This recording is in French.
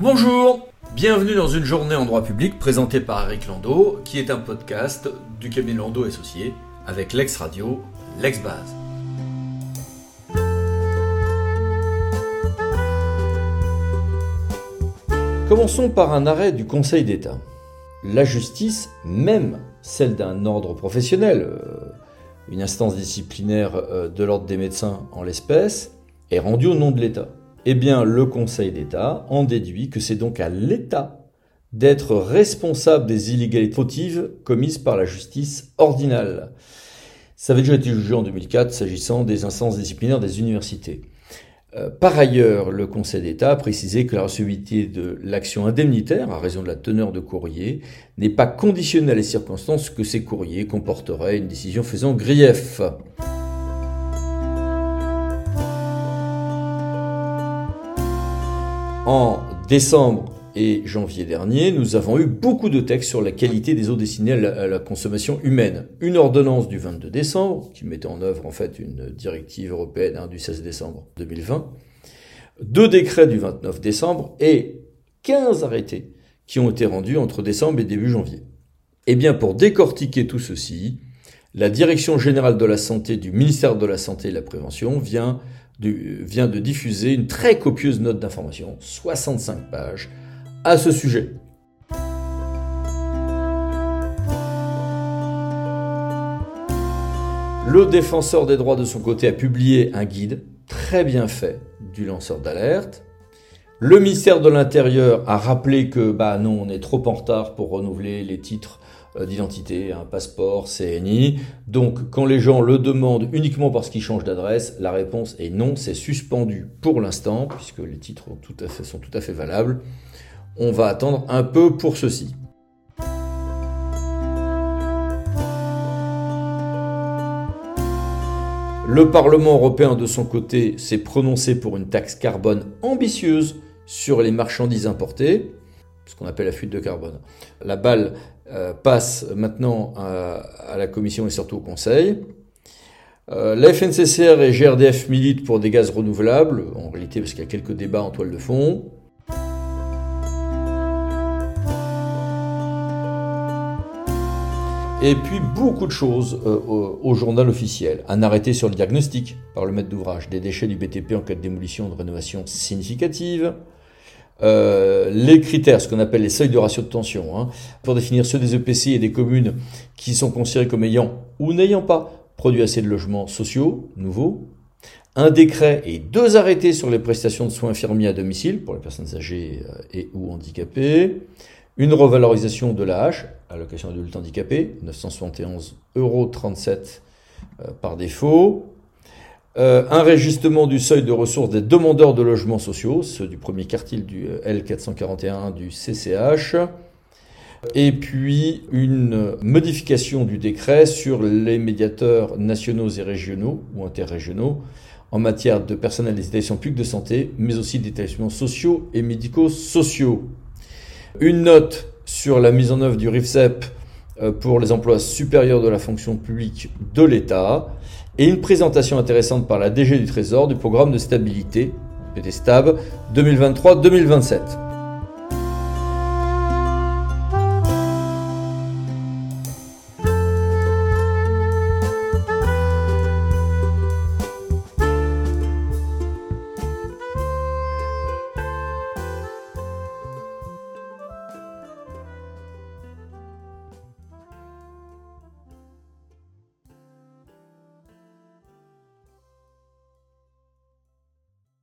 Bonjour, bienvenue dans une journée en droit public présentée par Eric Landau, qui est un podcast du cabinet Landau Associés avec l'ex-radio, l'ex-base. Commençons par un arrêt du Conseil d'État. La justice, même celle d'un ordre professionnel, une instance disciplinaire de l'ordre des médecins en l'espèce, est rendue au nom de l'État. Eh bien, le Conseil d'État en déduit que c'est donc à l'État d'être responsable des illégalités fautives commises par la justice ordinale. Ça avait déjà été jugé en 2004 s'agissant des instances disciplinaires des universités. Par ailleurs, le Conseil d'État a précisé que la recevabilité de l'action indemnitaire, à raison de la teneur de courrier, n'est pas conditionnée à les circonstances que ces courriers comporteraient une décision faisant grief. En décembre et janvier dernier, nous avons eu beaucoup de textes sur la qualité des eaux destinées à la consommation humaine. Une ordonnance du 22 décembre, qui mettait en œuvre en fait une directive européenne du 16 décembre 2020, 2 décrets du 29 décembre et 15 arrêtés qui ont été rendus entre décembre et début janvier. Eh bien, pour décortiquer tout ceci, la Direction générale de la santé du ministère de la Santé et de la Prévention vient de diffuser une très copieuse note d'information, 65 pages, à ce sujet. Le défenseur des droits de son côté a publié un guide très bien fait du lanceur d'alerte. Le ministère de l'Intérieur a rappelé que non, on est trop en retard pour renouveler les titres d'identité, un passeport, CNI. Donc, quand les gens le demandent uniquement parce qu'ils changent d'adresse, la réponse est non, c'est suspendu pour l'instant, puisque les titres sont tout à fait valables. On va attendre un peu pour ceci. Le Parlement européen, de son côté, s'est prononcé pour une taxe carbone ambitieuse sur les marchandises importées, ce qu'on appelle la fuite de carbone. La balle passe maintenant à la Commission et surtout au Conseil. La FNCCR et GRDF militent pour des gaz renouvelables, en réalité parce qu'il y a quelques débats en toile de fond. Et puis beaucoup de choses au journal officiel. Un arrêté sur le diagnostic par le maître d'ouvrage des déchets du BTP en cas de démolition ou de rénovation significative. Les critères, ce qu'on appelle les seuils de ratio de tension, pour définir ceux des EPCI et des communes qui sont considérés comme ayant ou n'ayant pas produit assez de logements sociaux nouveaux. Un décret et 2 arrêtés sur les prestations de soins infirmiers à domicile pour les personnes âgées et ou handicapées. Une revalorisation de l'AH, allocation adulte handicapé, 971,37 € par défaut. Un réajustement du seuil de ressources des demandeurs de logements sociaux, ceux du premier quartile du L441 du CCH. Et puis une modification du décret sur les médiateurs nationaux et régionaux ou interrégionaux en matière de personnel des établissements publics de santé, mais aussi d'établissements sociaux et médico-sociaux. Une note sur la mise en œuvre du RIFSEP pour les emplois supérieurs de la fonction publique de l'État et une présentation intéressante par la DG du Trésor du programme de stabilité, PTSTAB, 2023-2027.